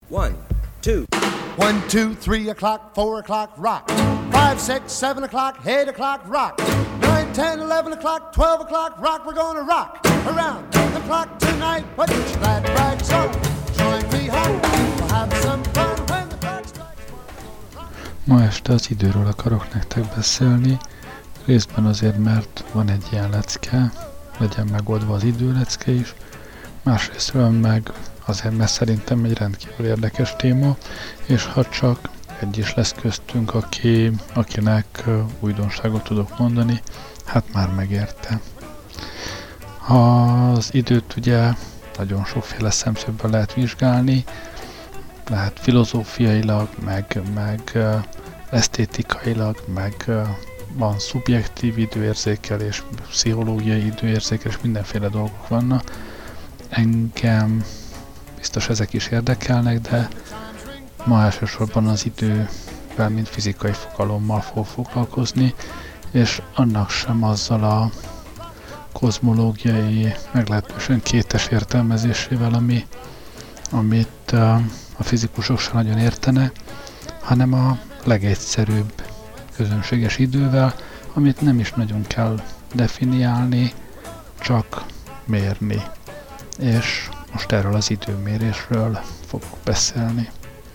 1, 2. 1, 2, 3 o'clock, 4 o'clock, rock. 5, 6, 7 o'clock, 8 o'clock, rock. 9, 10, 11 o'clock, 12 o'clock, rock. We're gonna rock around the clock tonight. Put your glad rags on, join me home. We'll have some fun when the clock strikes. Ma este az időről akarok nektek beszélni, részben azért, mert van egy ilyen lecke, legyen megoldva az időlecke is, másrésztről meg azért, mert szerintem egy rendkívül érdekes téma, és ha csak egy is lesz köztünk, akinek újdonságot tudok mondani, hát már megérte. Az időt ugye nagyon sokféle szemszögből lehet vizsgálni, lehet filozófiailag, meg esztétikailag, meg van szubjektív időérzékelés, pszichológiai időérzékelés, mindenféle dolgok vannak. Engem biztos ezek is érdekelnek, de ma elsősorban az idővel, mint fizikai fogalommal fog foglalkozni, és annak sem azzal a kozmológiai, meglehetősen kétes értelmezésével, amit a fizikusok sem nagyon értenek, hanem a legegyszerűbb közönséges idővel, amit nem is nagyon kell definiálni, csak mérni. És most erről az időmérésről fogok beszélni.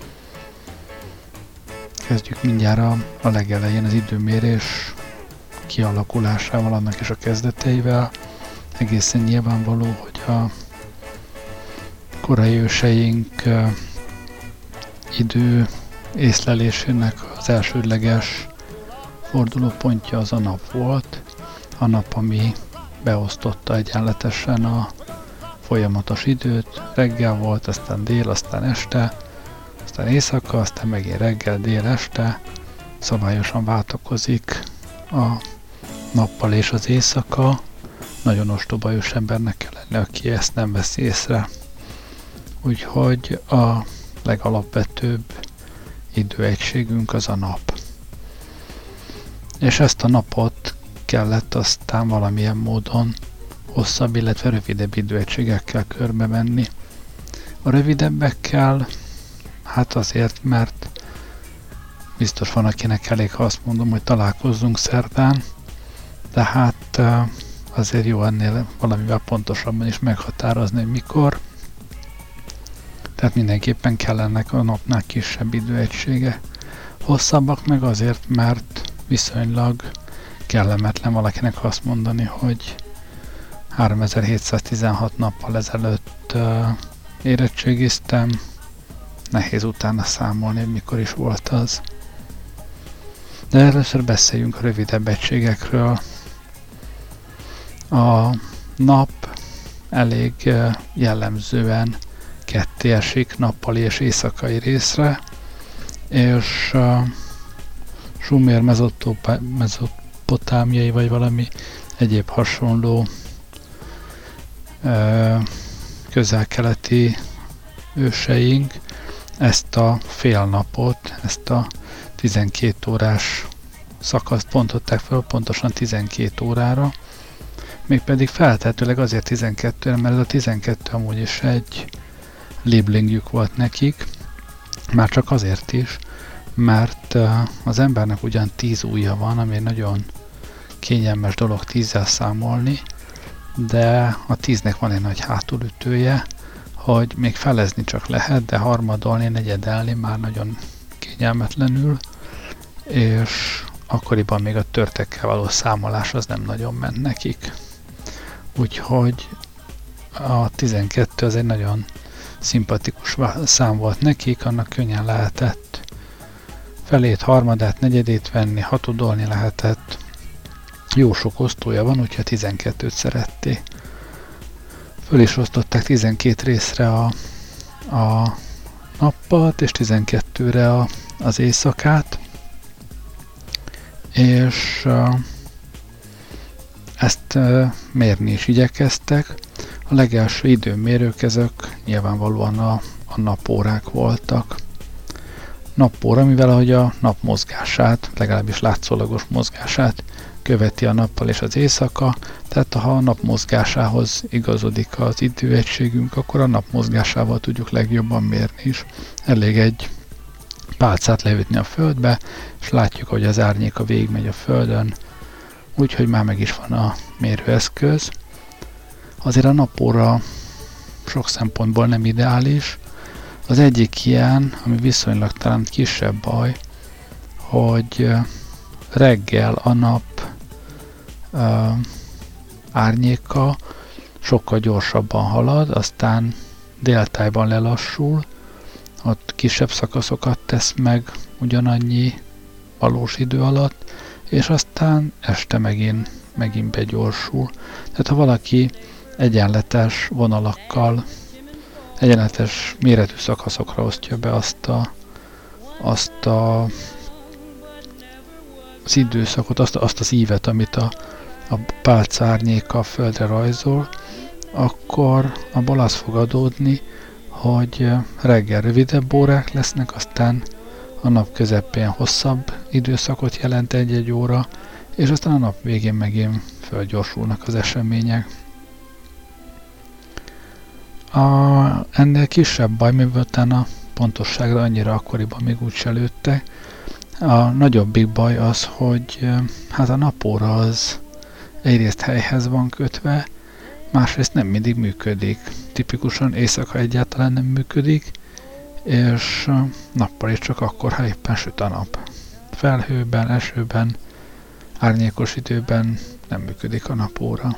Kezdjük mindjárt a legelején az időmérés kialakulásával, annak és a kezdeteivel. Egészen nyilvánvaló, hogy a korai őseink idő észlelésének az elsődleges fordulópontja az a nap volt. A nap, ami beosztotta egyenletesen a folyamatos időt. Reggel volt, aztán dél, aztán este, aztán éjszaka, aztán megint reggel, dél, este. Szabályosan váltakozik a nappal és az éjszaka. Nagyon ostoba ősembernek kell lenni, aki ezt nem veszi észre. Úgyhogy a legalapvetőbb időegységünk az a nap. És ezt a napot kellett aztán valamilyen módon hosszabb, illetve rövidebb időegységekkel körbe menni. A rövidebbekkel, hát azért, mert biztos van, akinek elég, ha azt mondom, hogy találkozzunk szerdán, de hát azért jó ennél valamivel pontosabban is meghatározni, hogy mikor. Tehát mindenképpen kellenek a napnál kisebb időegysége. Hosszabbak meg azért, mert viszonylag kellemetlen valakinek azt mondani, hogy 3716 nappal ezelőtt érettségiztem, nehéz utána számolni, hogy mikor is volt az. De először beszéljünk a rövidebb egységekről. A nap elég jellemzően ketté esik nappali és éjszakai részre, és sumer, mezopotámiai vagy valami egyéb hasonló közel-keleti őseink ezt a fél napot, ezt a 12 órás szakaszt bontották fel pontosan 12 órára, mégpedig feltehetőleg azért 12-re, mert ez a 12 amúgy is egy liblingjük volt nekik, már csak azért is, mert az embernek ugyan 10 ujja van, ami nagyon kényelmes dolog 10-zel számolni, de a 10-nek van egy nagy hátulütője, hogy még felezni csak lehet, de harmadolni, negyedelni már nagyon kényelmetlenül, és akkoriban még a törtekkel való számolás az nem nagyon ment nekik. Úgyhogy a 12 az egy nagyon szimpatikus szám volt nekik, annak könnyen lehetett felét, harmadát, negyedét venni, hatodolni lehetett. Jó sok osztója van, úgyhogy 12-t szerették. Föl is osztották 12 részre a nappalt, és 12-re az éjszakát, és ezt mérni is igyekeztek. A legelső időmérők ezek nyilvánvalóan a napórák voltak. nappóra, mivel ahogy a nap mozgását, legalábbis látszólagos mozgását követi a nappal és az éjszaka, tehát ha a nap mozgásához igazodik az időegységünk, akkor a nap mozgásával tudjuk legjobban mérni is. Elég egy pálcát leütni a földbe, és látjuk, hogy az árnyéka végigmegy a földön, úgyhogy már meg is van a mérőeszköz. Azért a nappóra sok szempontból nem ideális. Az egyik ilyen, ami viszonylag talán kisebb baj, hogy reggel a nap árnyéka sokkal gyorsabban halad, aztán déltájban lelassul, ott kisebb szakaszokat tesz meg ugyanannyi valós idő alatt, és aztán este megint begyorsul. Tehát ha valaki egyenletes vonalakkal, egyenletes méretű szakaszokra osztja be az időszakot, azt az ívet, amit a pálca árnyéka a földre rajzol, akkor abból az fog adódni, hogy reggel rövidebb órák lesznek, aztán a nap közepén hosszabb időszakot jelent egy-egy óra, és aztán a nap végén megint fölgyorsulnak az események. Ennél kisebb baj, miután a pontosságra annyira akkoriban még úgyse lőttek. A nagyobbik baj az, hogy hát a napóra az egyrészt helyhez van kötve, másrészt nem mindig működik. Tipikusan éjszaka egyáltalán nem működik, és nappal is csak akkor, ha éppen süt a nap. Felhőben, esőben, árnyékos időben nem működik a napóra.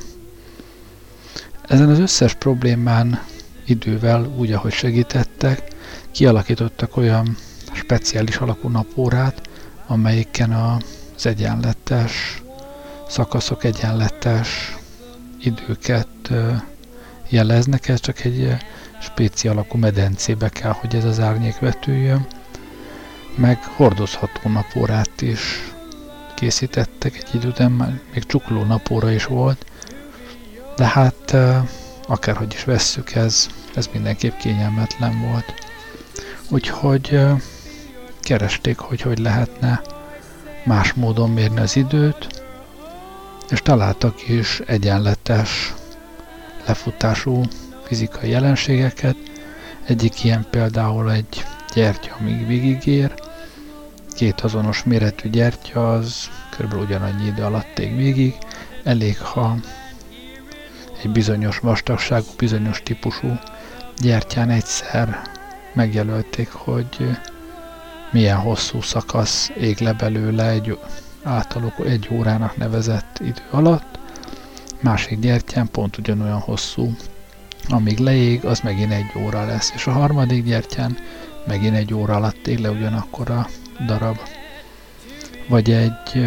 Ezen az összes problémán idővel, úgy ahogy segítettek, kialakítottak olyan speciális alakú napórát, amelyiken az egyenletes szakaszok, egyenletes időket jeleznek. Ez csak egy spéci alakú medencébe kell, hogy ez az árnyék vetüljön. Meg hordozható napórát is készítettek egy idő után, még csukló napóra is volt, de hát akárhogy is vesszük, ez mindenképp kényelmetlen volt. Úgyhogy keresték, hogy lehetne más módon mérni az időt, és találtak is egyenletes lefutású fizikai jelenségeket. Egyik ilyen például egy gyertya, amíg végigér. Két azonos méretű gyertya, az kb. Ugyanannyi idő alatt ég végig. Elég, ha egy bizonyos vastagságú, bizonyos típusú gyertyán egyszer megjelölték, hogy milyen hosszú szakasz ég le belőle általuk egy órának nevezett idő alatt. Másik gyertyán pont ugyanolyan hosszú, amíg leég, az megint egy óra lesz, és a harmadik gyertyán megint egy óra alatt ég le ugyanakkor a darab. Vagy egy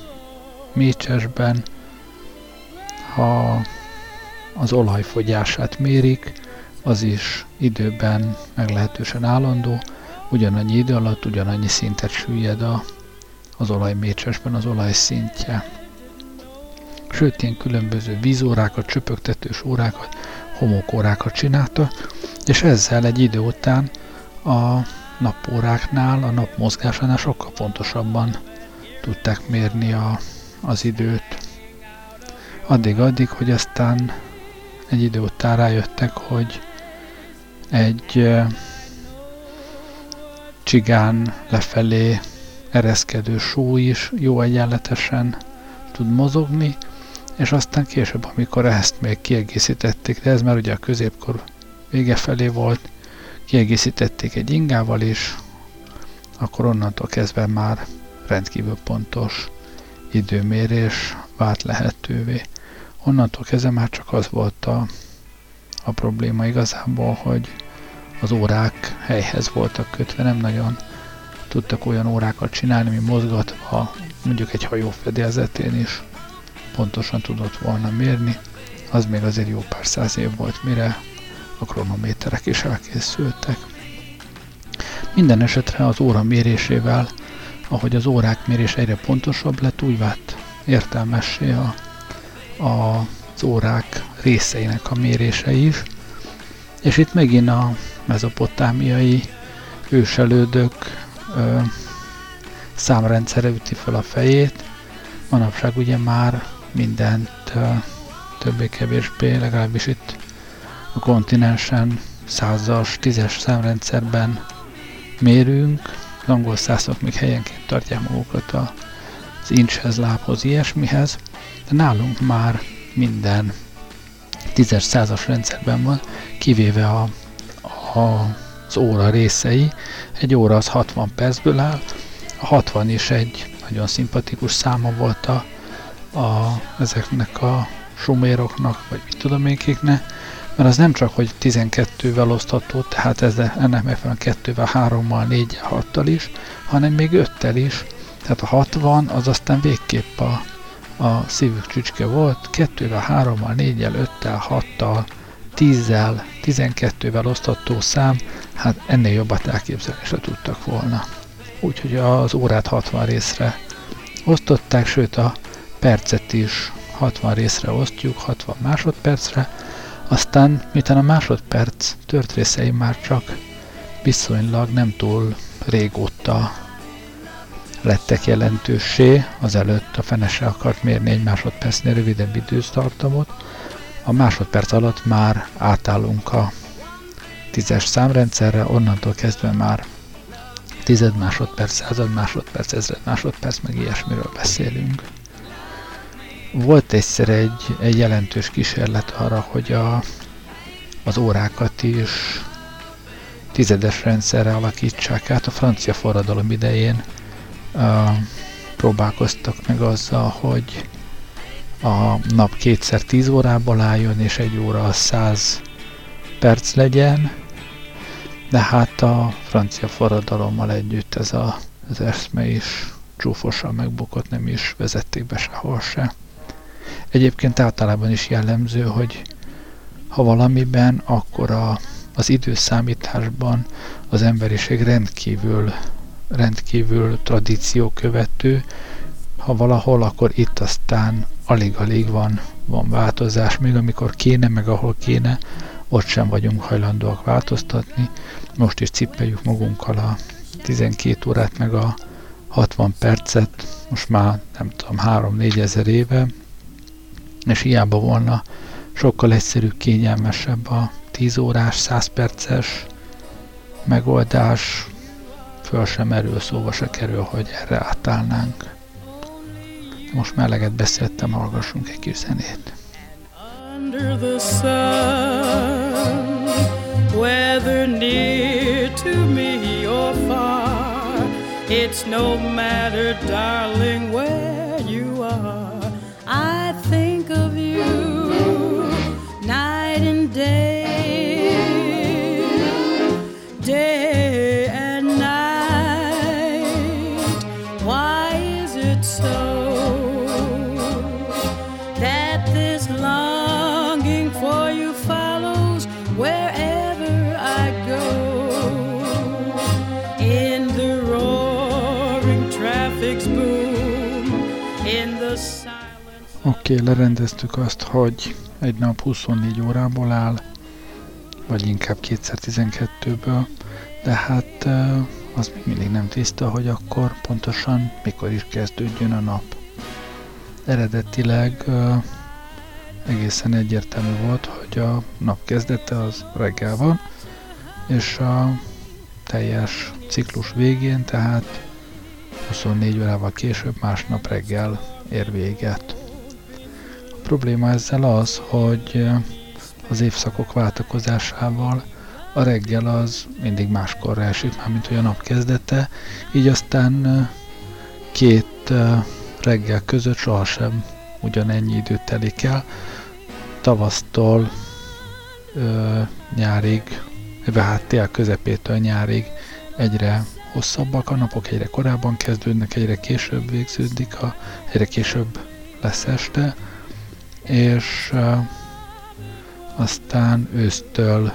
mécsesben, ha az olajfogyását mérik, az is időben meglehetősen állandó, ugyanannyi idő alatt ugyanannyi szintet süllyed az olajmécsesben az olaj szintje. Sőt, ilyen különböző vízórákat, csöpögtetős órákat, homokórákat csináltak, és ezzel egy idő után a napóráknál, a nap mozgásánál sokkal pontosabban tudták mérni az időt. Addig, hogy aztán egy idő után rájöttek, hogy egy csigán lefelé ereszkedő só is jó egyenletesen tud mozogni, és aztán később, amikor ezt még kiegészítették, de ez már ugye a középkor vége felé volt, kiegészítették egy ingával is, akkor onnantól kezdve már rendkívül pontos időmérés vált lehetővé. Onnantól kezdve már csak az volt a probléma igazából, hogy az órák helyhez voltak kötve, nem nagyon tudtak olyan órákat csinálni, ami mozgatva mondjuk egy hajó fedélzetén is pontosan tudott volna mérni. Az még azért jó pár száz év volt, mire a kronométerek is elkészültek. Minden esetre az óra mérésével, ahogy az órák mérés egyre pontosabb lett, úgy vált értelmessé az órák részeinek a mérése is, és itt megint a mezopotámiai őselődök számrendszerre üti fel a fejét. Manapság ugye már mindent többé-kevésbé, legalábbis itt a kontinensen 100-as, 10-es számrendszerben mérünk. Az angol szászok még helyenként tartják magukat az inchhez, lábhoz, ilyesmihez, de nálunk már minden 10-es, 100-as rendszerben van, kivéve az óra részei. Egy óra az 60 percből áll, a 60 is egy nagyon szimpatikus száma volt ezeknek a suméroknak, vagy mit tudom én kiknek, mert az nem csak, hogy 12-vel osztható, tehát ennek megfelelően 2-vel, 3-mal, 4-el, 6-tal is, hanem még 5-tel is. Tehát a 60 az aztán végképp a szívük csücske volt, 2-vel, 3-mal, 4-el, 5-tel, 6-tal, 10-zel, 12-vel osztható szám, hát ennél jobbat elképzelni se tudtak volna. Úgyhogy az órát 60 részre osztották, sőt a percet is 60 részre osztjuk, 60 másodpercre, aztán miután a másodperc tört részei már csak viszonylag nem túl régóta lettek jelentőssé, azelőtt a fene se akart mérni egy másodpercnél rövidebb időtartamot, a másodperc alatt már átállunk a 10-es számrendszerre, onnantól kezdve már 10 másodperc, 100 másodperc, 1000 másodperc, meg ilyesmiről beszélünk. Volt egyszer egy jelentős kísérlet arra, hogy az órákat is 10-es rendszerre alakítsák át. A francia forradalom idején próbálkoztak meg azzal, hogy a nap kétszer 10 órából álljon, és egy óra az 100 perc legyen, de hát a francia forradalommal együtt az eszme is csúfosan megbukott, nem is vezették be sehol se. Egyébként általában is jellemző, hogy ha valamiben, akkor az időszámításban az emberiség rendkívül tradíciókövető, ha valahol, akkor itt aztán alig-alig van változás, még amikor kéne, meg ahol kéne, ott sem vagyunk hajlandóak változtatni. Most is cippeljük magunkkal a 12 órát, meg a 60 percet, most már nem tudom, 3-4 ezer éve, és hiába volna sokkal egyszerűbb, kényelmesebb a 10 órás, 100 perces megoldás, föl sem merül, szóba se kerül, hogy erre átállnánk. Most már eleget beszéltem, hallgassunk egy kis zenét. Under the sun, whether near to me or far, it's no matter, darling, where you are. I think of you night and day, day and night. Why is it so that this longing for you follows wherever I go? In the roaring traffic's boom, in the silence. Oké, lerendeztük azt, hogy egy nap 24 órából áll, vagy inkább 2x12-ből, de hát az még mindig nem tiszta, hogy akkor pontosan mikor is kezdődjön a nap. Eredetileg egészen egyértelmű volt, hogy a nap kezdete az reggel van, és a teljes ciklus végén, tehát 24 órával később másnap reggel ér véget. A probléma ezzel az, hogy az évszakok váltakozásával a reggel az mindig máskorra esik, mármint hogy a nap kezdete, így aztán két reggel között sohasem ugyanennyi időt telik el. Tavasztól nyárig, hát tél közepétől nyárig egyre hosszabbak a napok, egyre korábban kezdődnek, egyre később végződik, egyre később lesz este, és aztán ősztől,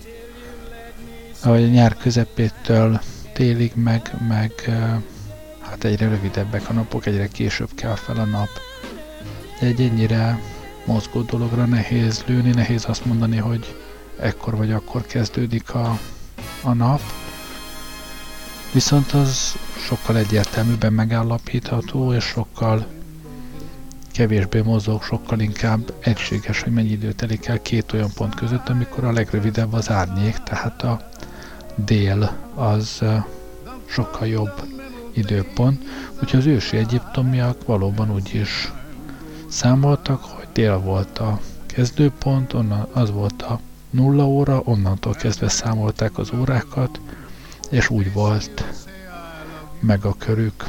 vagy nyár közepétől télig meg hát egyre rövidebbek a napok, egyre később kell fel a nap. Egy ennyire mozgó dologra nehéz lőni, nehéz azt mondani, hogy ekkor vagy akkor kezdődik a nap. viszont az sokkal egyértelműbben megállapítható, és sokkal kevésbé mozog, sokkal inkább egységes, hogy mennyi idő telik el két olyan pont között, amikor a legrövidebb az árnyék, tehát a dél az sokkal jobb időpont. Úgyhogy az ősi egyiptomiak valóban úgy is számoltak, hogy dél volt a kezdőpont, onnan az volt a 0 óra, onnantól kezdve számolták az órákat, és úgy volt meg a körük.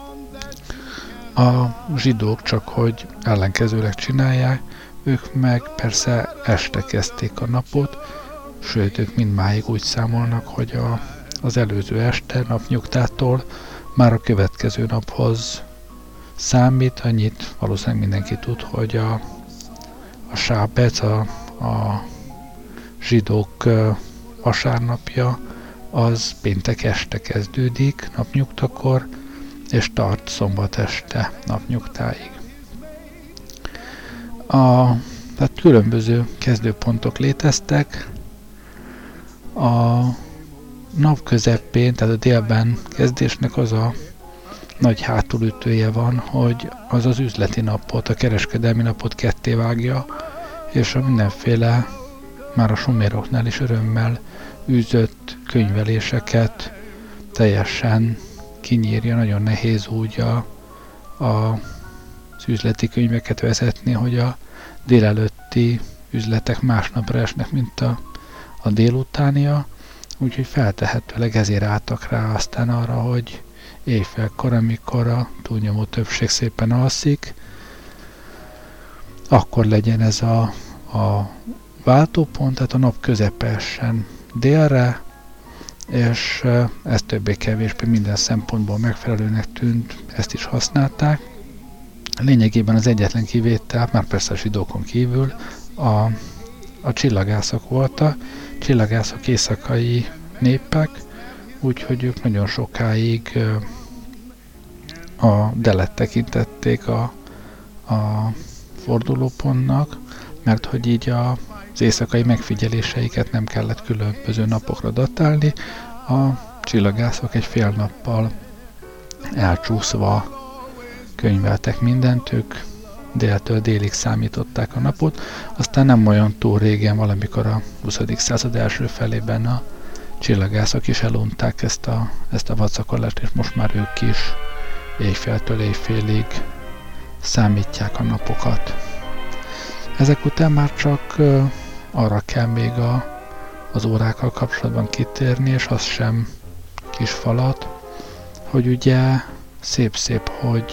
A zsidók csak hogy ellenkezőleg csinálják, ők meg persze este kezdték a napot, sőt, ők mindmáig úgy számolnak, hogy az előző este napnyugtától már a következő naphoz számít, annyit valószínűleg mindenki tud, hogy a sábec, a zsidók vasárnapja, az péntek este kezdődik napnyugtakor, és tart szombat este napnyugtáig. Tehát különböző kezdőpontok léteztek. A nap közepén, tehát a délben kezdésnek az a nagy hátulütője van, hogy az az üzleti napot, a kereskedelmi napot ketté vágja, és a mindenféle, már a suméroknál is örömmel űzött könyveléseket teljesen kinyírja. Nagyon nehéz úgy az üzleti könyveket vezetni, hogy a délelőtti üzletek másnapra esnek, mint a délutánia, úgyhogy feltehetőleg ezért álltak rá aztán arra, hogy éjfélkor, amikor a túlnyomó többség szépen alszik, akkor legyen ez a váltópont, tehát a nap közepe essen délre, és ez többé-kevésbé minden szempontból megfelelőnek tűnt, ezt is használták. Lényegében az egyetlen kivétel, már persze a zsidókon kívül, a csillagászok voltak, csillagászok éjszakai népek, úgyhogy ők nagyon sokáig a delet tekintették a fordulópontnak, mert hogy így az éjszakai megfigyeléseiket nem kellett különböző napokra datálni, a csillagászok egy fél nappal elcsúszva könyveltek mindent, ők déltől délig számították a napot, aztán nem olyan túl régen, valamikor a 20. század első felében a csillagászok is elunták ezt a vacakolást, és most már ők is éjféltől éjfélig számítják a napokat. Ezek után már csak arra kell még az órákkal kapcsolatban kitérni, és az sem kis falat, hogy ugye szép,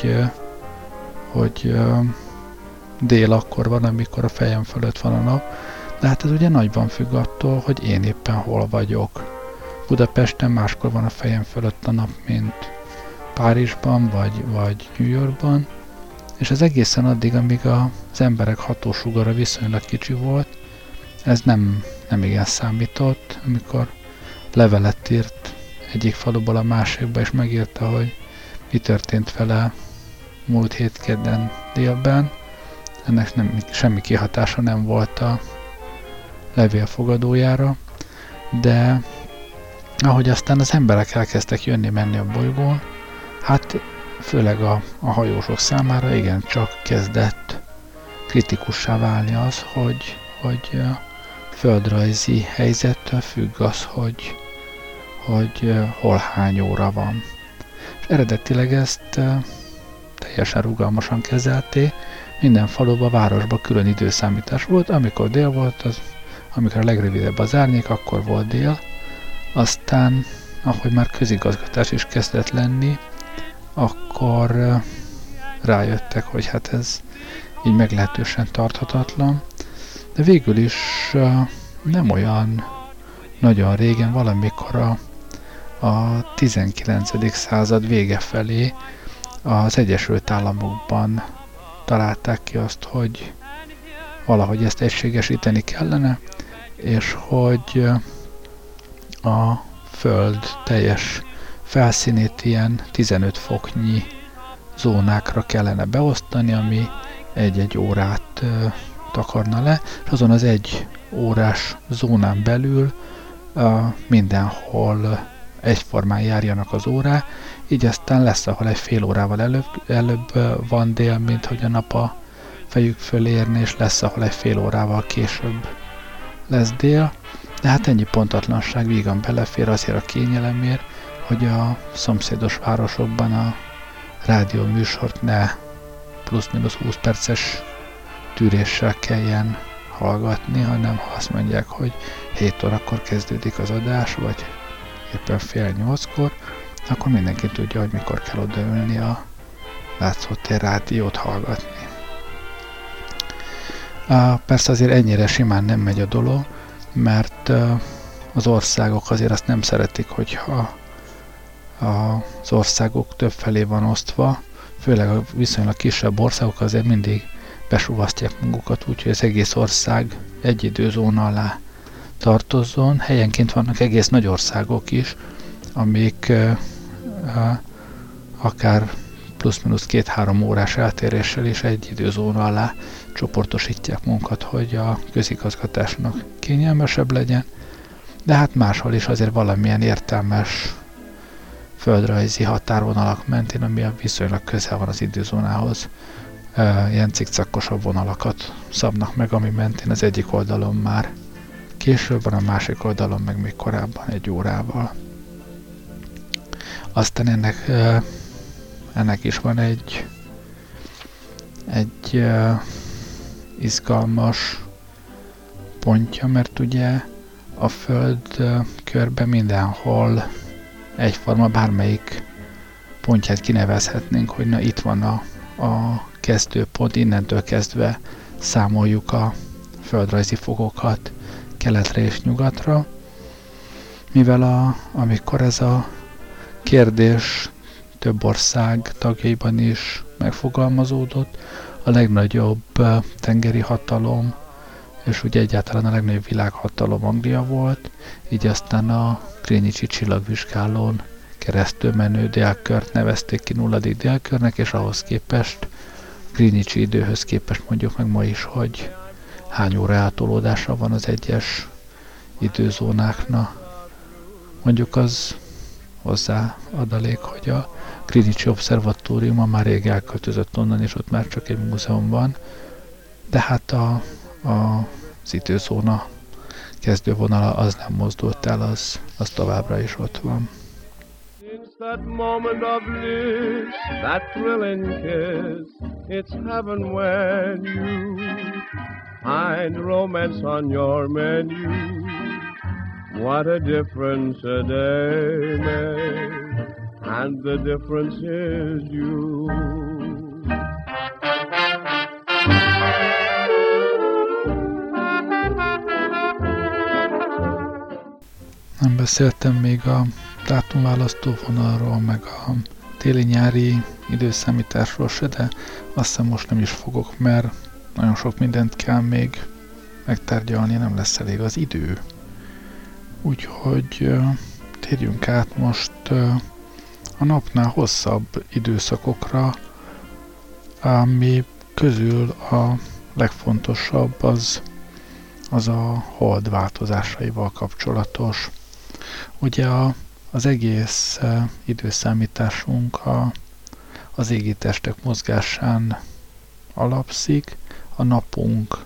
hogy dél akkor van, amikor a fejem fölött van a nap, de hát ez ugye nagyban függ attól, hogy én éppen hol vagyok. Budapesten máskor van a fejem fölött a nap, mint Párizsban vagy New Yorkban, és ez egészen addig, amíg az emberek hatósugara viszonylag kicsi volt, ez nem igen számított, amikor levelet írt egyik faluból a másikba, és megírta, hogy mi történt vele múlt hét kedden délben. Ennek semmi kihatása nem volt a levélfogadójára, de ahogy aztán az emberek elkezdtek jönni-menni a bolygón, hát főleg a hajósok számára igencsak kezdett kritikussá válni az, hogy földrajzi helyzettől függ az, hogy hol hány óra van. És eredetileg ezt teljesen rugalmasan kezelték, minden faluba, városba külön időszámítás volt, amikor dél volt, amikor a legrövidebb az árnyék, akkor volt dél. Aztán, ahogy már közigazgatás is kezdett lenni, akkor rájöttek, hogy hát ez így meglehetősen tarthatatlan, de végül is nem olyan nagyon régen, valamikor a 19. század vége felé az Egyesült Államokban találták ki azt, hogy valahogy ezt egységesíteni kellene, és hogy a Föld teljes felszínét ilyen 15 foknyi zónákra kellene beosztani, ami egy-egy órát takarna le, és azon az egy órás zónán belül mindenhol egyformán járjanak az órá, így aztán lesz, ahol egy fél órával előbb van dél, mint hogy a nap a fejük fölé érni, és lesz, ahol egy fél órával később lesz dél, de hát ennyi pontatlanság vígan belefér azért a kényelemért, hogy a szomszédos városokban a rádió műsort ne plusz-minusz 20 perces tűréssel kelljen hallgatni, hanem ha azt mondják, hogy 7 órakor kezdődik az adás, vagy éppen fél 8-kor, akkor mindenki tudja, hogy mikor kell odaülni a látszótér rádiót hallgatni. Persze azért ennyire simán nem megy a dolog, mert az országok azért azt nem szeretik, hogyha az országok többfelé van osztva, főleg a viszonylag kisebb országok azért mindig besuvasztják magukat, úgyhogy az egész ország egy időzóna alá tartozzon. Helyenként vannak egész nagy országok is, amik akár plusz-minusz 2-3 órás eltéréssel is egy időzóna alá csoportosítják munkat, hogy a közigazgatásnak kényelmesebb legyen, de hát máshol is azért valamilyen értelmes földrajzi határvonalak mentén, ami viszonylag közel van az időzónához, ilyen cikcakkosabb vonalakat szabnak meg, ami mentén az egyik oldalon már később van, a másik oldalon meg még korábban 1 órával. Aztán ennek is van egy izgalmas pontja, mert ugye a Föld körben mindenhol egyforma, bármelyik pontját kinevezhetnénk, hogy na itt van a kezdőpont, innentől kezdve számoljuk a földrajzi fokokat keletre és nyugatra, mivel amikor ez a kérdés több ország tagjaiban is megfogalmazódott, a legnagyobb tengeri hatalom, és ugye egyáltalán a legnagyobb világhatalom Anglia volt, így aztán a Greenwichi csillagvizsgálón keresztül menő délkört nevezték ki 0. délkörnek, és ahhoz képest, Greenwichi időhöz képest mondjuk meg ma is, hogy hány óra eltolódása van az egyes időzónáknak. Mondjuk az hozzá adalék, hogy a Greenwichi Obszervatórium már rég elköltözött onnan, és ott már csak egy múzeum van, de hát az időzóna kezdővonala az nem mozdult el, az továbbra is ott van. It's that moment of bliss, that thrilling kiss, it's heaven when you find romance on your menu. What a difference a day makes, and the difference is you. Nem beszéltem még a dátumválasztó vonalról, meg a téli-nyári időszámításról se, de azt hiszem most nem is fogok, mert nagyon sok mindent kell még megtárgyalni, nem lesz elég az idő. Úgyhogy térjünk át most a napnál hosszabb időszakokra, ami közül a legfontosabb az a hold változásaival kapcsolatos. Ugye az egész időszámításunk az égitestek mozgásán alapszik. A napunk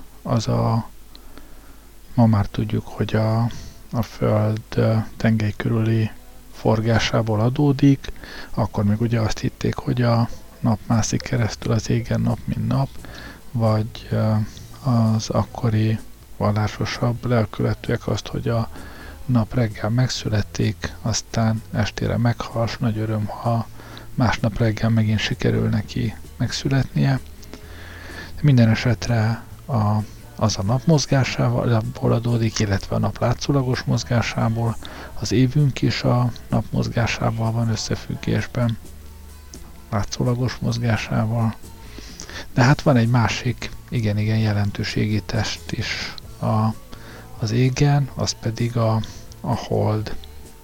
ma már tudjuk, hogy a Föld tengely körüli forgásából adódik. Akkor még ugye azt hitték, hogy a nap mászik keresztül az égen nap, mint nap, vagy az akkori vallásosabb lelkületűek azt, hogy a nap reggel megszületik, aztán estére meghal, s nagy öröm, ha másnap reggel megint sikerül neki megszületnie. De minden esetre az a nap mozgásából adódik, illetve a nap látszólagos mozgásából, az évünk is a nap mozgásával van összefüggésben, látszólagos mozgásával. De hát van egy másik, igen jelentős égitest is az égen, az pedig a hold.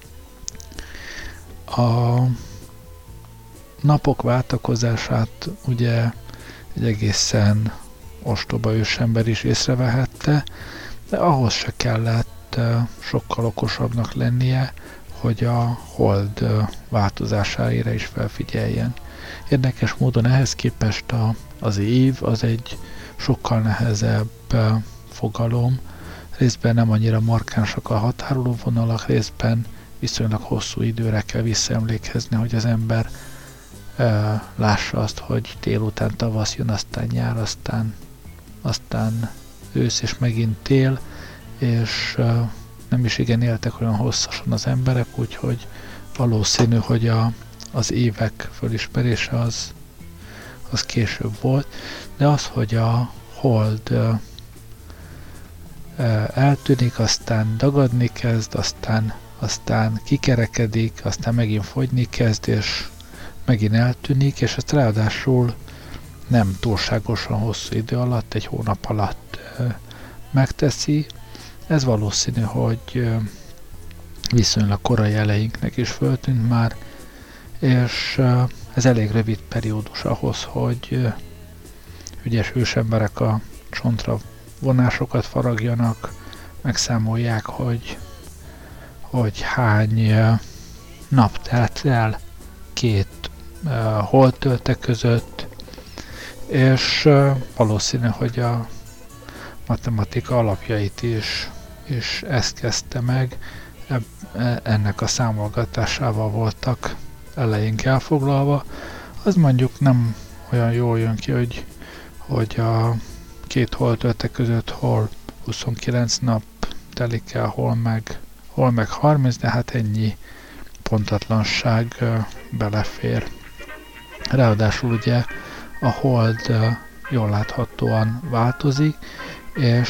A napok váltakozását ugye egy egészen ostoba ősember is észrevehette, de ahhoz se kellett sokkal okosabbnak lennie, hogy a hold változására is felfigyeljen. Érdekes módon ehhez képest az év az egy sokkal nehezebb fogalom, részben nem annyira markánsak a határoló vonalak, részben viszonylag hosszú időre kell visszaemlékezni, hogy az ember lássa azt, hogy délután tavasz jön, aztán nyár, aztán ősz és megint tél, és nem is igen éltek olyan hosszasan az emberek, úgyhogy valószínű, hogy az évek fölismerése az később volt, de az, hogy a hold eltűnik, aztán dagadni kezd, aztán kikerekedik, aztán megint fogyni kezd, és megint eltűnik, és ezt ráadásul nem túlságosan hosszú idő alatt, egy hónap alatt megteszi. Ez valószínű, hogy viszonylag korai elejénknek is föltűnt már, és ez elég rövid periódus ahhoz, hogy ügyes ősemberek a csontra vonásokat faragjanak, megszámolják, hogy hány nap telt el két holdtölte között, és valószínű, hogy a matematika alapjait is ezt kezdte meg, ennek a számolgatásával voltak elején elfoglalva. Az mondjuk nem olyan jól jön ki, hogy a két holdtölte között hol 29 nap telik el, hol meg 30, de hát ennyi pontatlanság belefér. Ráadásul ugye a hold jól láthatóan változik, és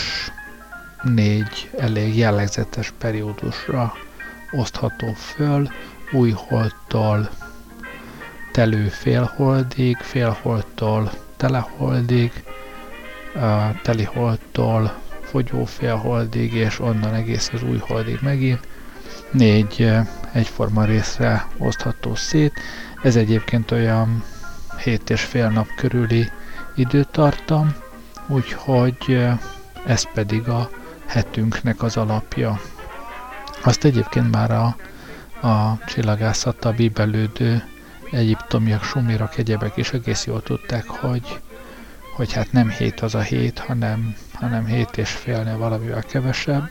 4 elég jellegzetes periódusra osztható föl, új holdtól telő félholdig, félholdtól teleholdig, teli holdtól fogyó félholdig, és onnan egész az új holdig megint 4 egyforma részre osztható szét. Ez egyébként olyan 7,5 nap körüli időtartam, úgyhogy ez pedig a hetünknek az alapja. Azt egyébként már a csillagászattal bíbelődő egyiptomiak, sumerok, egyebek is egész jól tudták, hogy hát nem 7 az a 7, hanem 7,5-nél valamivel kevesebb,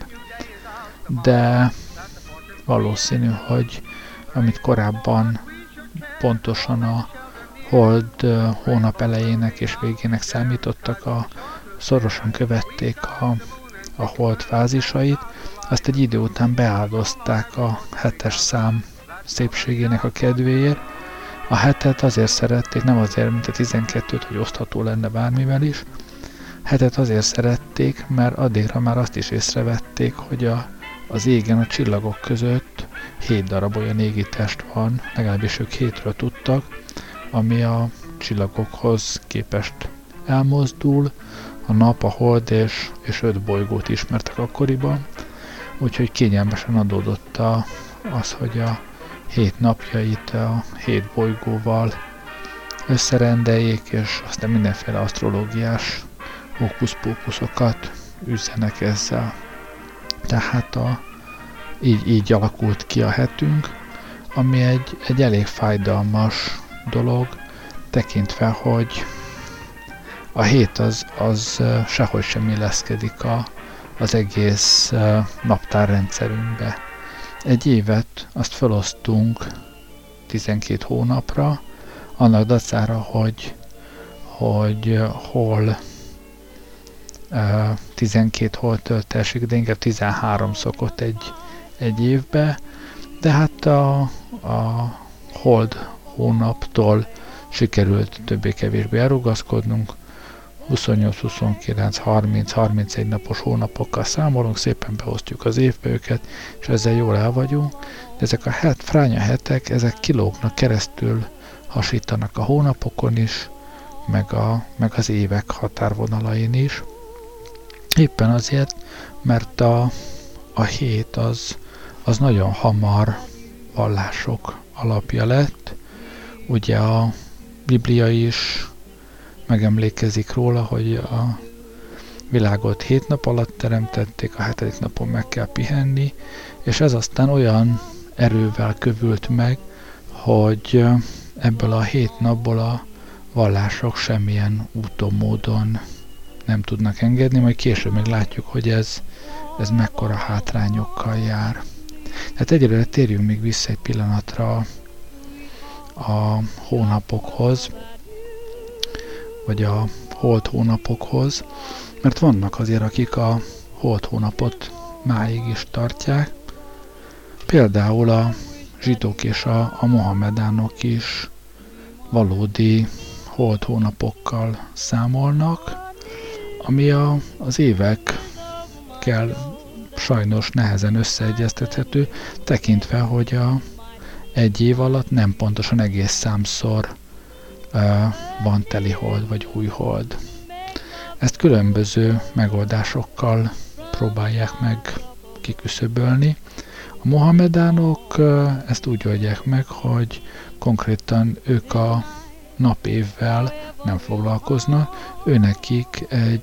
de valószínű, hogy amit korábban pontosan a hold hónap elejének és végének számítottak, szorosan követték a hold fázisait, azt egy idő után beáldozták a 7-es szám szépségének a kedvéért. A 7-et azért szerették, nem azért, mint a 12-t, hogy osztható lenne bármivel is. 7-et azért szerették, mert addigra már azt is észrevették, hogy az égen, a csillagok között 7 darab olyan égitest van, legalábbis ők 7-ről tudtak, ami a csillagokhoz képest elmozdul, a nap, a hold és 5 bolygót ismertek akkoriban, úgyhogy kényelmesen adódott az, hogy a 7 napjait a 7 bolygóval összerendeljék, és aztán mindenféle asztrológiás hókusz-pókuszokat üzzenek ezzel. Tehát így alakult ki a hetünk, ami egy elég fájdalmas dolog, tekintve, hogy a 7 az sehogy sem illeszkedik az egész naptárrendszerünkbe. Egy évet azt felosztunk 12 hónapra, annak dacára, hogy hol 12 holdtölt esik, de inkább 13 szokott egy évbe, de hát a hold hónaptól sikerült többé-kevésbé elrugaszkodnunk, 28, 29, 30, 31 napos hónapokkal számolunk, szépen beosztjuk az évbe őket, és ezzel jól el vagyunk, de ezek a fránya hetek, ezek kilógnak, keresztül hasítanak a hónapokon is, meg az évek határvonalain is. Éppen azért, mert a hét az nagyon hamar vallások alapja lett. Ugye a Biblia is megemlékezik róla, hogy a világot 7 nap alatt teremtették, a 7. napon meg kell pihenni, és ez aztán olyan erővel kövült meg, hogy ebből a 7 napból a vallások semmilyen úton, módon nem tudnak engedni, majd később még látjuk, hogy ez mekkora hátrányokkal jár. Tehát egyelőre térjünk még vissza egy pillanatra a hónapokhoz, vagy a holt hónapokhoz, mert vannak azért, akik a holt hónapot máig is tartják. Például a zsidók és a mohamedánok is valódi holt hónapokkal számolnak, ami az évekkel sajnos nehezen összeegyeztethető, tekintve, hogy egy év alatt nem pontosan egész számszor van telihold vagy újhold. Ezt különböző megoldásokkal próbálják meg kiküszöbölni. A mohamedánok ezt úgy oldják meg, hogy konkrétan ők a napévvel nem foglalkoznak. Őnekik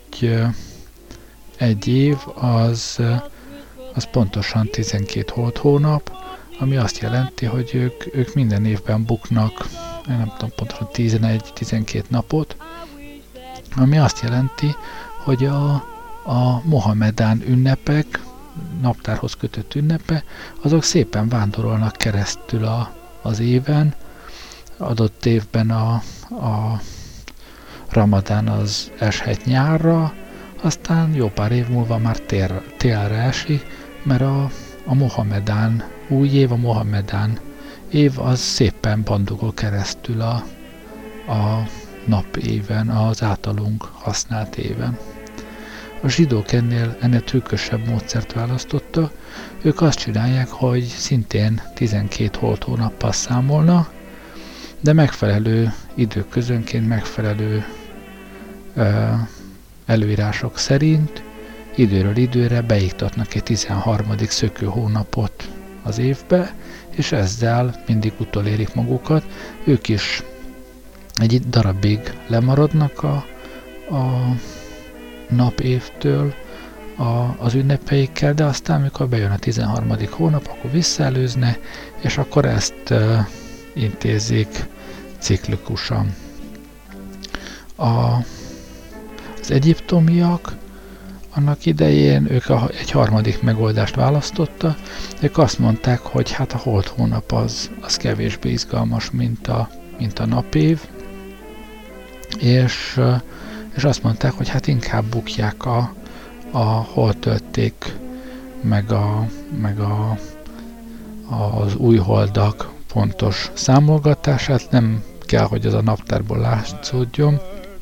egy év az pontosan 12 holt hónap, ami azt jelenti, hogy ők minden évben buknak, nem tudom pontosan 11-12 napot, ami azt jelenti, hogy a mohamedán ünnepek, naptárhoz kötött ünnepe, azok szépen vándorolnak keresztül az éven. Adott évben a ramadán az eshet nyárra, aztán jó pár év múlva már télre esik, mert a mohamedán új év, a mohamedán év az szépen bandugol keresztül a napéven, az általunk használt éven. A zsidók ennél trükkösebb módszert választottak. Ők azt csinálják, hogy szintén 12 holt hónappal számolnak, de megfelelő időközönként, megfelelő előírások szerint időről időre beiktatnak egy 13. szökő hónapot az évbe, és ezzel mindig utolérik magukat. Ők is egy darabig lemaradnak a napévtől az ünnepeikkel, de aztán, amikor bejön a 13. hónap, akkor visszaelőzne, és akkor ezt intézik ciklikusan. Az egyiptomiak annak idején ők egy harmadik megoldást választotta. Ők azt mondták, hogy hát a holt hónap az kevésbé izgalmas, mint a napév, és azt mondták, hogy hát inkább bukják a holdtölték, meg az új holdak pontos számolgatását, nem kell, hogy az a naptárból látszódjon.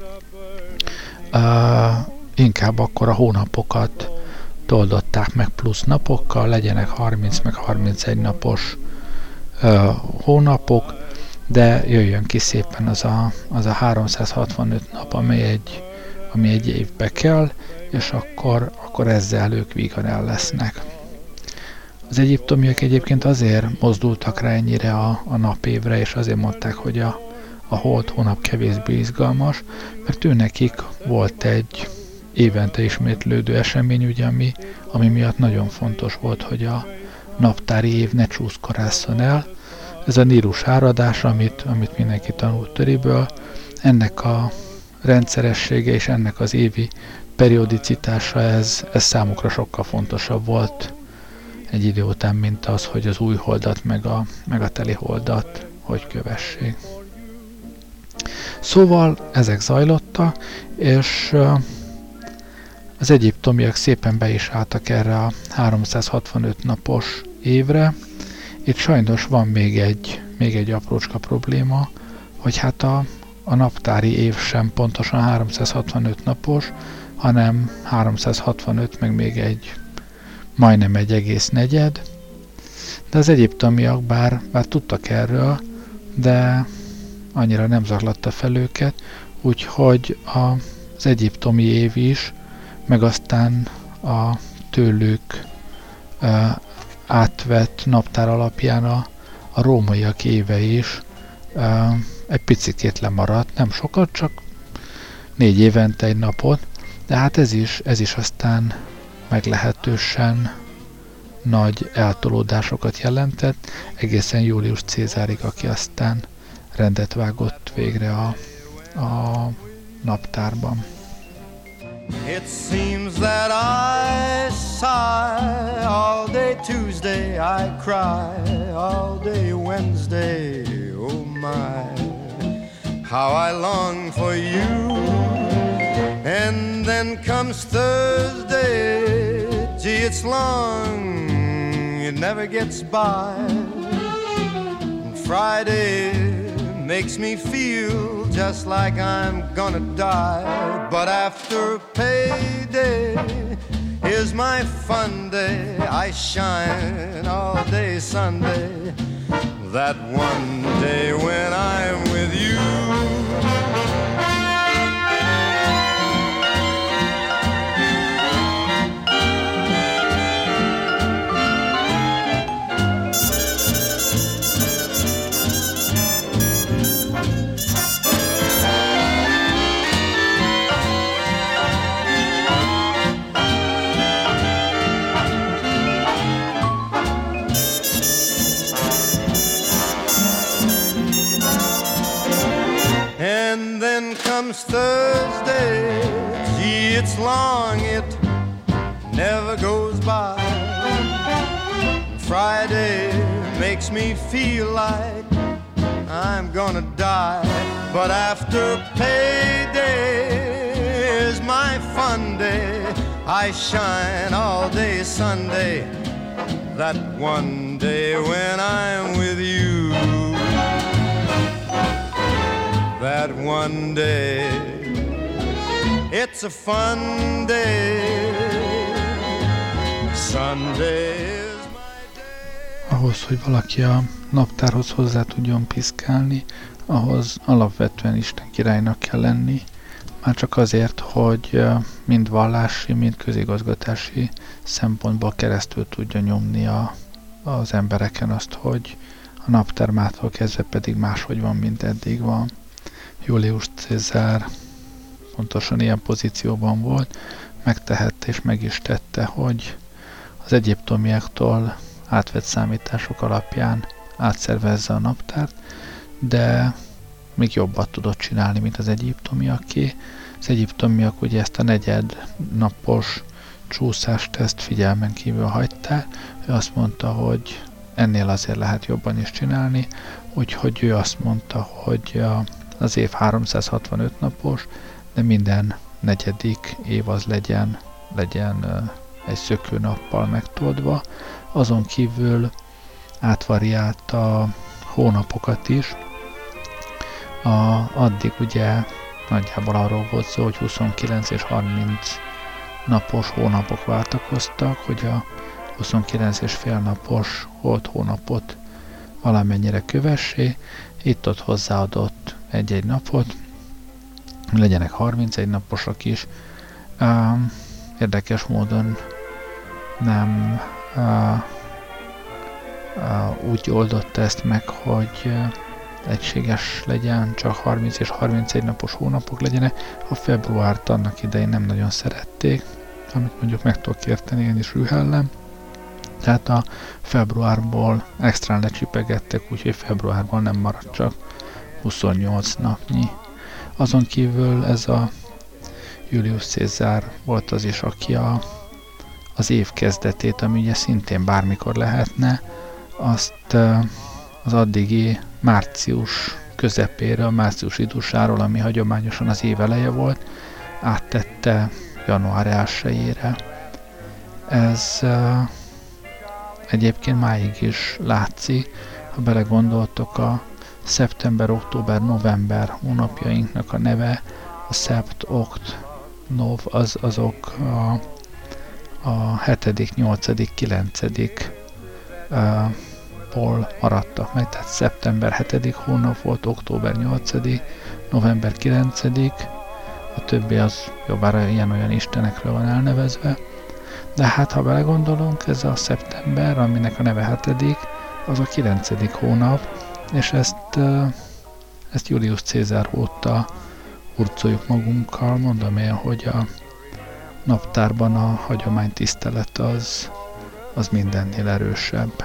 Inkább akkor a hónapokat toldották meg plusz napokkal, legyenek 30 meg 31 napos hónapok, de jöjjön ki szépen az a 365 nap, ami egy évbe kell, és akkor ezzel ők vígan el lesznek. Az egyiptomiak egyébként azért mozdultak rá ennyire a napévre, és azért mondták, hogy a holt hónap kevésbé izgalmas, mert őnekik volt egy évente ismétlődő esemény, ugye, ami miatt nagyon fontos volt, hogy a naptári év ne csúszkorásszon el. Ez a Nílus áradás, amit mindenki tanult töriből, ennek a rendszeressége és ennek az évi periodicitása, ez számukra sokkal fontosabb volt egy idő után, mint az, hogy az új holdat meg a teli holdat hogy kövessék. Szóval ezek zajlottak, és az egyiptomiak szépen be is álltak erre a 365 napos évre. Itt sajnos van még egy aprócska probléma, hogy hát a naptári év sem pontosan 365 napos, hanem 365 meg még majdnem egy egész negyed. De az egyiptomiak bár tudtak erről, de annyira nem zaklatta fel őket, úgyhogy az egyiptomi év is, meg aztán a tőlük átvett naptár alapján a rómaiak éve is egy picikét lemaradt, nem sokat, csak 4 évente egy napot, de hát ez is aztán meglehetősen nagy eltolódásokat jelentett, egészen Julius Cézárig, aki aztán rendet vágott végre a naptárban. It seems that I sigh all day Tuesday, I cry all day Wednesday. Oh my, how I long for you. And then comes Thursday, gee, it's long, it never gets by. And Friday makes me feel just like I'm gonna die. But after payday is my fun day. I shine all day Sunday, that one day when I'm with you. And then comes Thursday, gee, it's long, it never goes by. Friday makes me feel like I'm gonna die. But after payday is my fun day. I shine all day Sunday, that one day when I'm with you. That one day, it's a fun day. Sunday is my day. Ahhoz, hogy valaki a naptárhoz hozzá tudjon piszkálni, ahhoz alapvetően Isten királynak kell lenni, már csak azért, hogy mind vallási, mind közigazgatási szempontból keresztül tudja nyomni az embereken azt, hogy a naptár mától kezdve pedig máshogy van, mint eddig van. Julius Cézár pontosan ilyen pozícióban volt, megtehette és meg is tette, hogy az egyiptomiaktól átvett számítások alapján átszervezze a naptárt, de még jobbat tudott csinálni, mint az egyiptomiaké. Az egyiptomiak ugye ezt a negyed napos csúszást ezt figyelmen kívül hagyták. Ő azt mondta, hogy ennél azért lehet jobban is csinálni, úgyhogy ő azt mondta, hogy az év 365 napos, de minden negyedik év az legyen egy szökőnappal megtoldva. Azon kívül átvariálta a hónapokat is. Addig ugye nagyjából arról volt szó, hogy 29 és 30 napos hónapok váltakoztak, hogy a 29 és fél napos holt hónapot valamennyire kövessé. Itt-ott hozzáadott egy-egy napot, legyenek 31 naposak is. Érdekes módon nem úgy oldotta ezt meg, hogy egységes legyen, csak 30 és 31 napos hónapok legyenek. A februárt annak idején nem nagyon szerették, amit mondjuk meg tudok érteni, én is rühellem. Tehát a februárból extrán lecsipegettek, úgyhogy februárban nem maradt csak 28 napnyi. Azon kívül ez a Julius Cézár volt az is, aki az év kezdetét, ami ugye szintén bármikor lehetne, azt az addigi március közepére, a március idusáról, ami hagyományosan az év eleje volt, áttette január 1-ére. Ez egyébként máig is látszik, ha belegondoltok, a szeptember, október, november hónapjainknak a neve, a szept, okt, nov, azok a 7., 8., 9. ból maradtak meg, tehát szeptember 7. hónap volt, október 8., november 9., a többi az jobbára ilyen-olyan istenekről van elnevezve, de hát ha belegondolunk, ez a szeptember, aminek a neve 7., az a 9. hónap, és ezt Julius Cézár óta hurcoljuk magunkkal. Mondom én, hogy a naptárban a hagyomány tisztelet az az mindennél erősebb.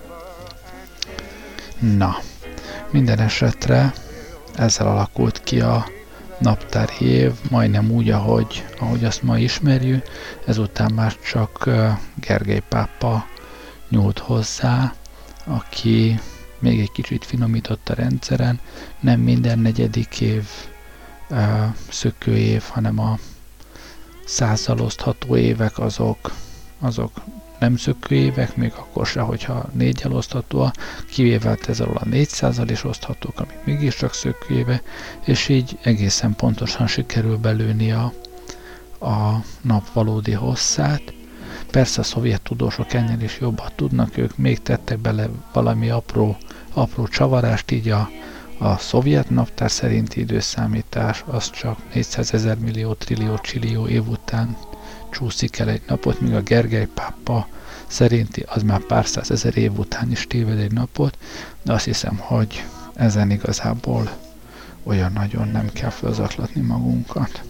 Na, minden esetre ezzel alakult ki a naptári év, majdnem úgy, ahogy azt ma ismerjük, ezután már csak Gergely pápa nyúlt hozzá, aki még egy kicsit finomított a rendszeren, nem minden negyedik év szökőév, hanem a 100-zal osztható évek azok nem szökőévek, még akkor se, hogyha 4-jel oszthatóak, kivéve ezzel a 400-al is oszthatók, amik mégiscsak szökőéve, és így egészen pontosan sikerül belőni a nap valódi hosszát. Persze a szovjet tudósok ennél is jobban tudnak, ők még tettek bele valami apró csavarást, így a szovjet naptár szerinti időszámítás az csak 400 000 millió trillió csillió év után csúszik el egy napot, míg a Gergely pápa szerinti az már pár százezer év után is téved egy napot, de azt hiszem, hogy ezen igazából olyan nagyon nem kell fölzaklatni magunkat.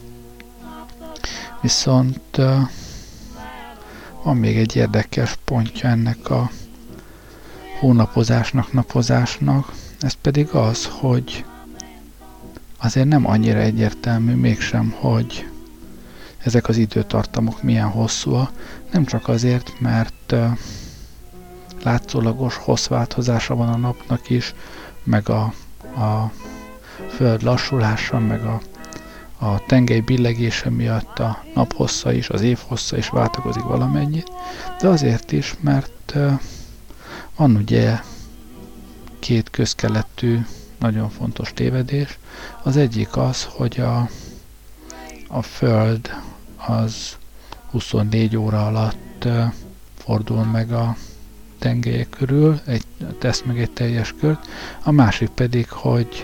Viszont van még egy érdekes pontja ennek a hónapozásnak, napozásnak, ez pedig az, hogy azért nem annyira egyértelmű mégsem, hogy ezek az időtartamok milyen hosszúak, nem csak azért, mert látszólagos hosszváltozása van a napnak is, meg a föld lassulása, meg a tengely billegése miatt a nap hossza is, az év hossza is változik valamennyit, de azért is, mert van ugye két közkeletű, nagyon fontos tévedés. Az egyik az, hogy a Föld az 24 óra alatt fordul meg a tengelye körül, tesz meg egy teljes kört, a másik pedig, hogy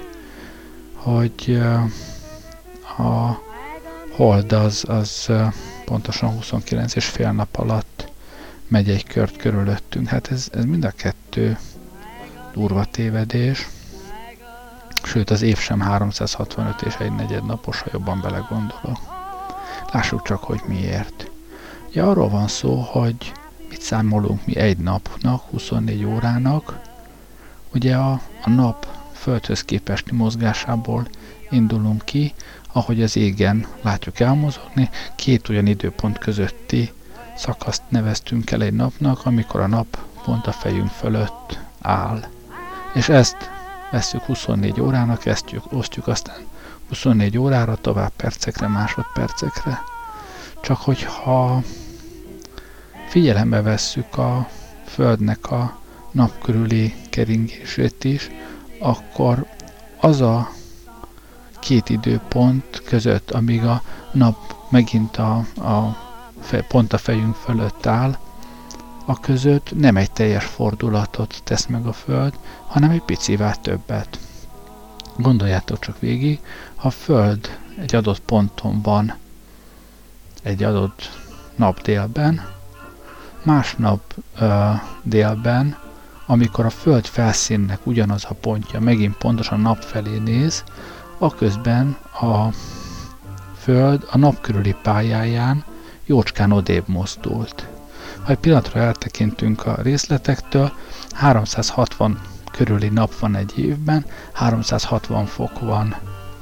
a Hold az pontosan 29,5 nap alatt megy egy kört körülöttünk. Hát ez mind a kettő durva tévedés. Sőt, az év sem 365 és 1/4 napos, ha jobban belegondolok. Lássuk csak, hogy miért. Ugye arról van szó, hogy mit számolunk mi egy napnak, 24 órának. Ugye a nap Földhöz képesti mozgásából indulunk ki, ahogy az égen látjuk elmozogni, két olyan időpont közötti szakaszt neveztünk el egy napnak, amikor a nap pont a fejünk fölött áll. És ezt vesszük 24 órának, ezt osztjuk aztán 24 órára, tovább percekre, másodpercekre. Csak hogyha figyelembe vesszük a Földnek a nap körüli keringését is, akkor az a két időpont között, amíg a nap megint pont a fejünk fölött áll, a között nem egy teljes fordulatot tesz meg a Föld, hanem egy picivel többet. Gondoljátok csak végig, ha a Föld egy adott ponton van egy adott nap délben, másnap délben, amikor a Föld felszínnek ugyanaz a pontja megint pontosan nap felé néz, aközben a Föld a nap körüli pályáján jócskán odébb mozdult. Ha egy pillanatra eltekintünk a részletektől, 360 körüli nap van egy évben, 360 fok van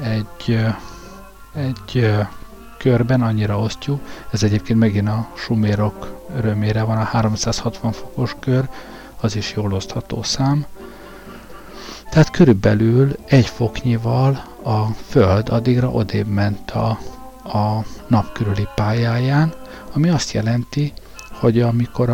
egy körben, annyira osztjuk. Ez egyébként megint a sumérok örömére van, a 360 fokos kör, az is jól osztható szám. Tehát körülbelül egy foknyival a Föld addigra odébb ment a nap körüli pályáján, ami azt jelenti, hogy amikor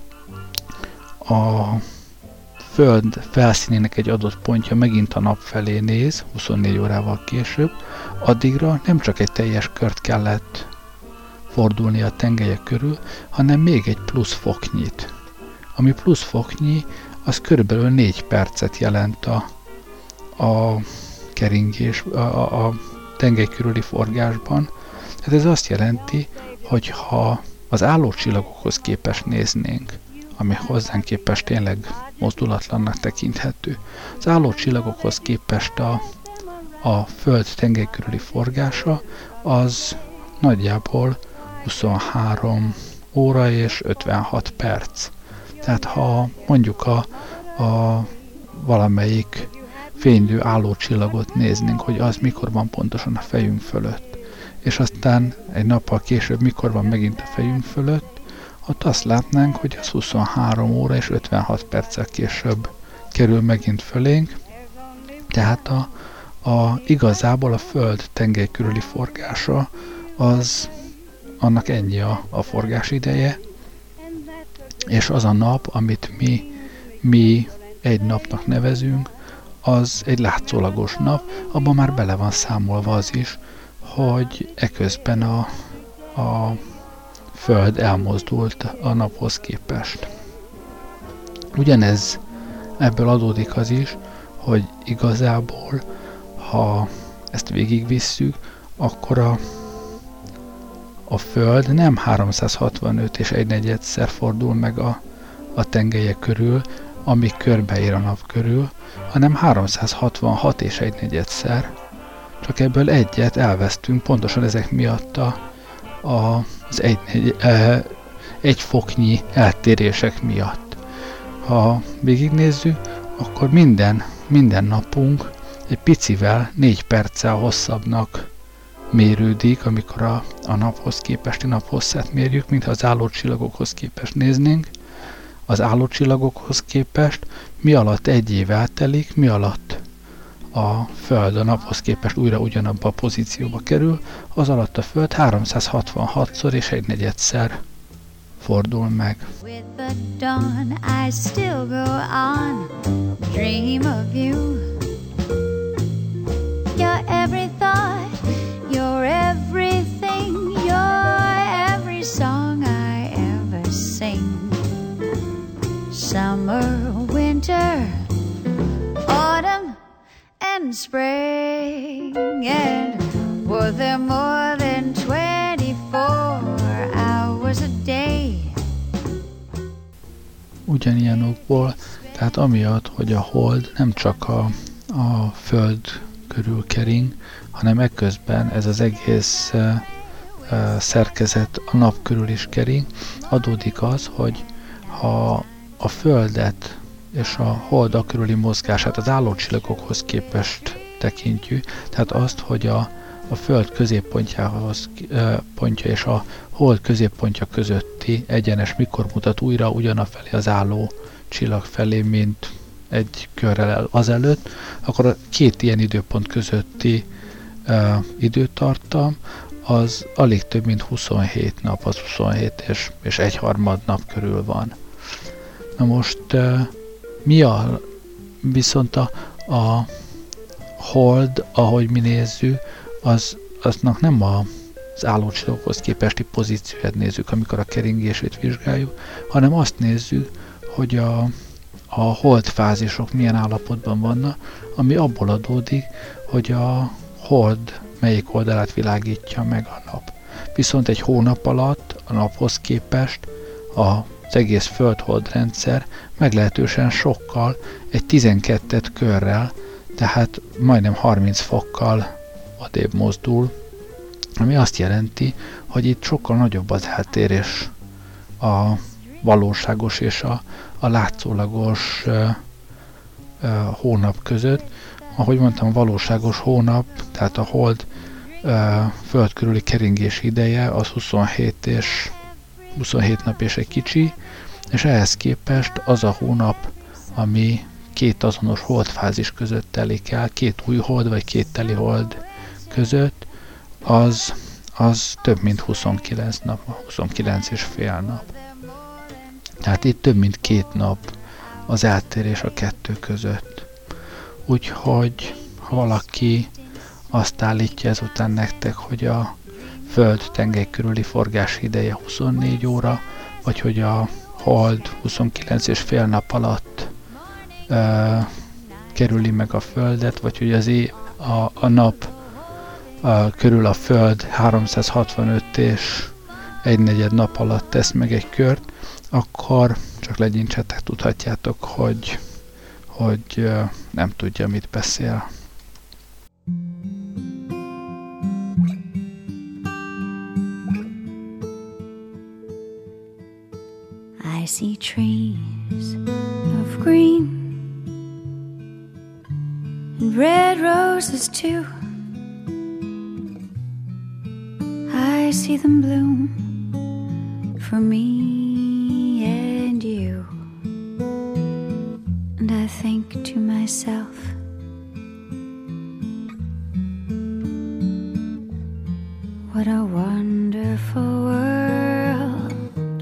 a Föld felszínének egy adott pontja megint a nap felé néz, 24 órával később, addigra nem csak egy teljes kört kellett fordulni a tengelye körül, hanem még egy plusz foknyit. Ami plusz foknyi, az körülbelül 4 percet jelent a keringés, a tengely körüli forgásban. Tehát ez azt jelenti, hogy ha az állócsillagokhoz képest néznénk, ami hozzánk képest tényleg mozdulatlannak tekinthető, az állócsillagokhoz képest a Föld tengely körüli forgása az nagyjából 23 óra és 56 perc. Tehát ha mondjuk a valamelyik fénylő állócsillagot néznénk, hogy az mikor van pontosan a fejünk fölött, és aztán egy nappal később mikor van megint a fejünk fölött, ott azt látnánk, hogy az 23 óra és 56 perccel később kerül megint fölénk, tehát igazából a Föld tengely körüli forgása az annak ennyi a forgás ideje, és az a nap, amit mi egy napnak nevezünk, az egy látszólagos nap, abban már bele van számolva az is, hogy eközben a Föld elmozdult a naphoz képest. Ugyanez ebből adódik az is, hogy igazából, ha ezt végigvisszük, akkor a Föld nem 365 és 1/4-szer fordul meg a tengelye körül, ami körbeér a nap körül, hanem 366 és 1/4-szer. Csak ebből egyet elvesztünk, pontosan ezek miatt az egy foknyi eltérések miatt. Ha végignézzük, akkor minden napunk egy picivel, 4 perccel hosszabbnak mérődik, amikor a naphoz képesti naphosszát mérjük, mintha az állócsillagokhoz képest néznénk. Az állócsillagokhoz képest mi alatt egy év eltelik, mi alatt a Föld a naphoz képest újra ugyanabba a pozícióba kerül, az alatt a Föld 366-szor és 1/4-szer fordul meg. With the dawn I still go on, dream of you. You're every thought, you're everything, you're every song I ever sing. Summer, winter, autumn and spring, and were there more than 24 hours a day? Ugyanilyen okból, tehát amiatt, hogy a Hold nem csak a Föld körül kering, hanem ekközben ez az egész szerkezet a nap körül is kering, adódik az, hogy ha a Földet és a Hold körüli mozgását az állócsillagokhoz képest tekintjük, tehát azt, hogy a Föld pontja és a Hold középpontja közötti egyenes mikor mutat újra ugyanafelé az álló csillag felé, mint egy körrel azelőtt, akkor a két ilyen időpont közötti időtartam az alig több mint 27 nap, az 27 és 1/3 nap körül van. Na most viszont a Hold, ahogy mi nézzük, aznak nem az állócsillagokhoz képesti pozícióját nézzük, amikor a keringését vizsgáljuk, hanem azt nézzük, hogy a Hold fázisok milyen állapotban vannak, ami abból adódik, hogy a Hold melyik oldalát világítja meg a nap. Viszont egy hónap alatt a naphoz képest az egész Föld-Hold rendszer meglehetősen sokkal, egy 12 körrel, tehát majdnem 30 fokkal odébb mozdul, ami azt jelenti, hogy itt sokkal nagyobb az eltérés a valóságos és a látszólagos hónap között. Ahogy mondtam, a valóságos hónap, tehát a Hold Föld körüli keringési ideje az 27 nap és egy kicsi, és ehhez képest az a hónap, ami két azonos holdfázis között telik el, két új hold vagy két teli hold között, az több mint 29 nap, 29 és fél nap. Tehát itt több mint 2 nap az eltérés a kettő között. Úgyhogy ha valaki azt állítja ezután nektek, hogy a Föld tengely körüli forgási ideje 24 óra, vagy hogy a Hold 29 és fél nap alatt kerüli meg a Földet, vagy hogy a nap körül a Föld 365 és 1/4 nap alatt tesz meg egy kört, akkor csak legyintsetek, tudhatjátok, hogy nem tudja, mit beszél. I see trees green and red roses too. I see them bloom for me and you, and I think to myself, what a wonderful world.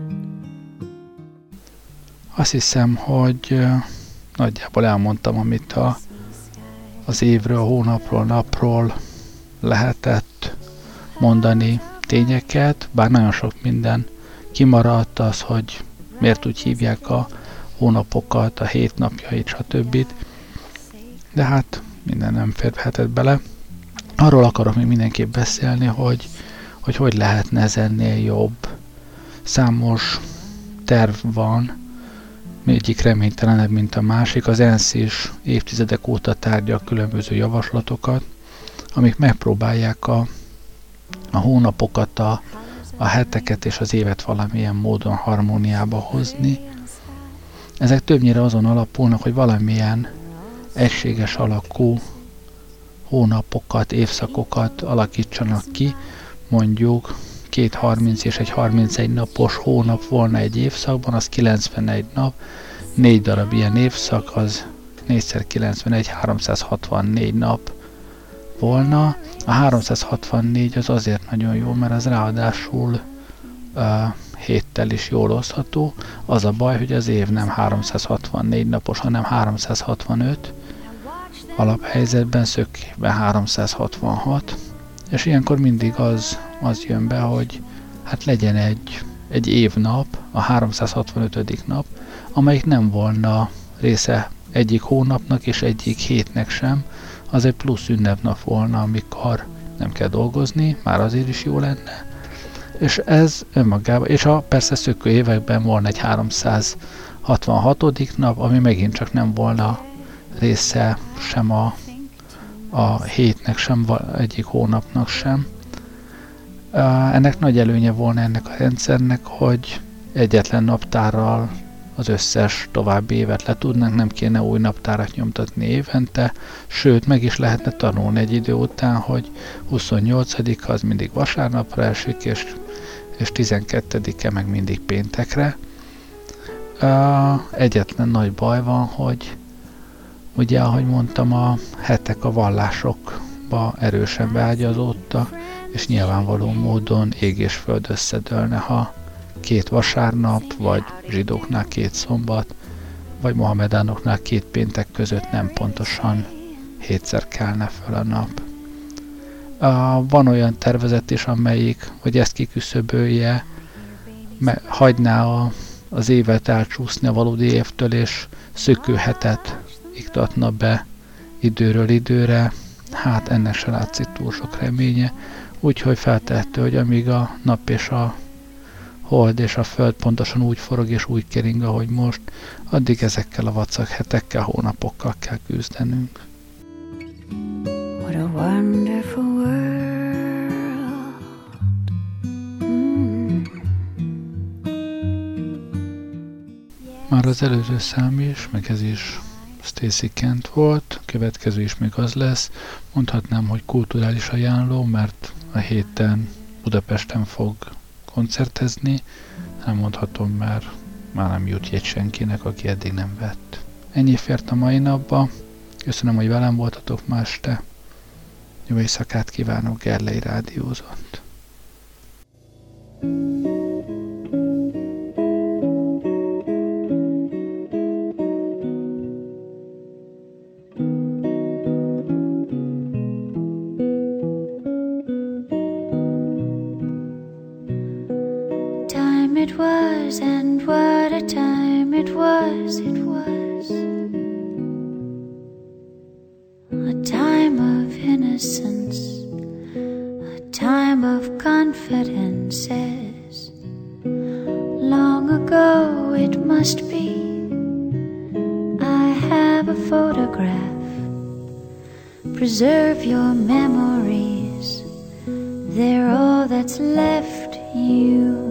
Azt hiszem, hogy nagyjából elmondtam, amit az évről, hónapról, napról lehetett mondani tényeket, bár nagyon sok minden kimaradt, az, hogy miért úgy hívják a hónapokat, a hétnapjait, stb. De hát minden nem férhetett bele. Arról akarok még mindenképp beszélni, hogy lehetne ez ennél jobb. Számos terv van, egyik reménytelenebb, mint a másik. Az ENSZ is évtizedek óta tárgyal különböző javaslatokat, amik megpróbálják a hónapokat, a heteket és az évet valamilyen módon harmóniába hozni. Ezek többnyire azon alapulnak, hogy valamilyen egységes alakú hónapokat, évszakokat alakítsanak ki, mondjuk 2 30 és egy 31 napos hónap volna egy évszakban, az 91 nap, 4 darab ilyen évszak, az 4x91, 364 nap volna. A 364 az azért nagyon jó, mert az ráadásul héttel is jól osztható. Az a baj, hogy az év nem 364 napos, hanem 365, alaphelyzetben, szökében 366, és ilyenkor mindig az jön be, hogy hát legyen egy évnap, a 365. nap, amelyik nem volna része egyik hónapnak és egyik hétnek sem, az egy plusz ünnepnap volna, amikor nem kell dolgozni, már azért is jó lenne. És ez önmagában, és persze szökő években volna egy 366. nap, ami megint csak nem volna része sem a hétnek, sem egyik hónapnak sem. Ennek nagy előnye volna ennek a rendszernek, hogy egyetlen naptárral az összes további évet le tudnánk, nem kéne új naptárat nyomtatni évente, sőt, meg is lehetne tanulni egy idő után, hogy 28-a az mindig vasárnapra esik, és 12-e meg mindig péntekre. Egyetlen nagy baj van, hogy ugye, ahogy mondtam, a hetek a vallásokba erősen beágyazódtak, és nyilvánvaló módon ég és föld összedőlne, ha 2 vasárnap, vagy zsidóknál 2 szombat, vagy mohamedánoknál 2 péntek között nem pontosan 7-szer kelne föl a nap. Van olyan tervezet is, amelyik, hogy ezt kiküszöbölje, hagyná az évet elcsúszni a valódi évtől, és szökőhetet iktatna be időről időre. Hát ennek se látszik túl sok reménye, úgyhogy feltehető, hogy amíg a nap és a hold és a föld pontosan úgy forog és úgy kering, ahogy most, addig ezekkel a vacak hetekkel, hónapokkal kell küzdenünk. What a wonderful world. Már az előző szám is, meg ez is Stacey Kent volt, következő is még az lesz. Mondhatnám, hogy kulturális ajánló, mert a héten Budapesten fog koncertezni. Nem mondhatom, mert már nem jut jegy senkinek, aki eddig nem vett. Ennyi fért a mai napba. Köszönöm, hogy velem voltatok ma este. Jó éjszakát kívánok, Gerlei rádiózott. It was, and what a time it was, it was a time of innocence, a time of confidences. Long ago it must be, I have a photograph. Preserve your memories, they're all that's left you.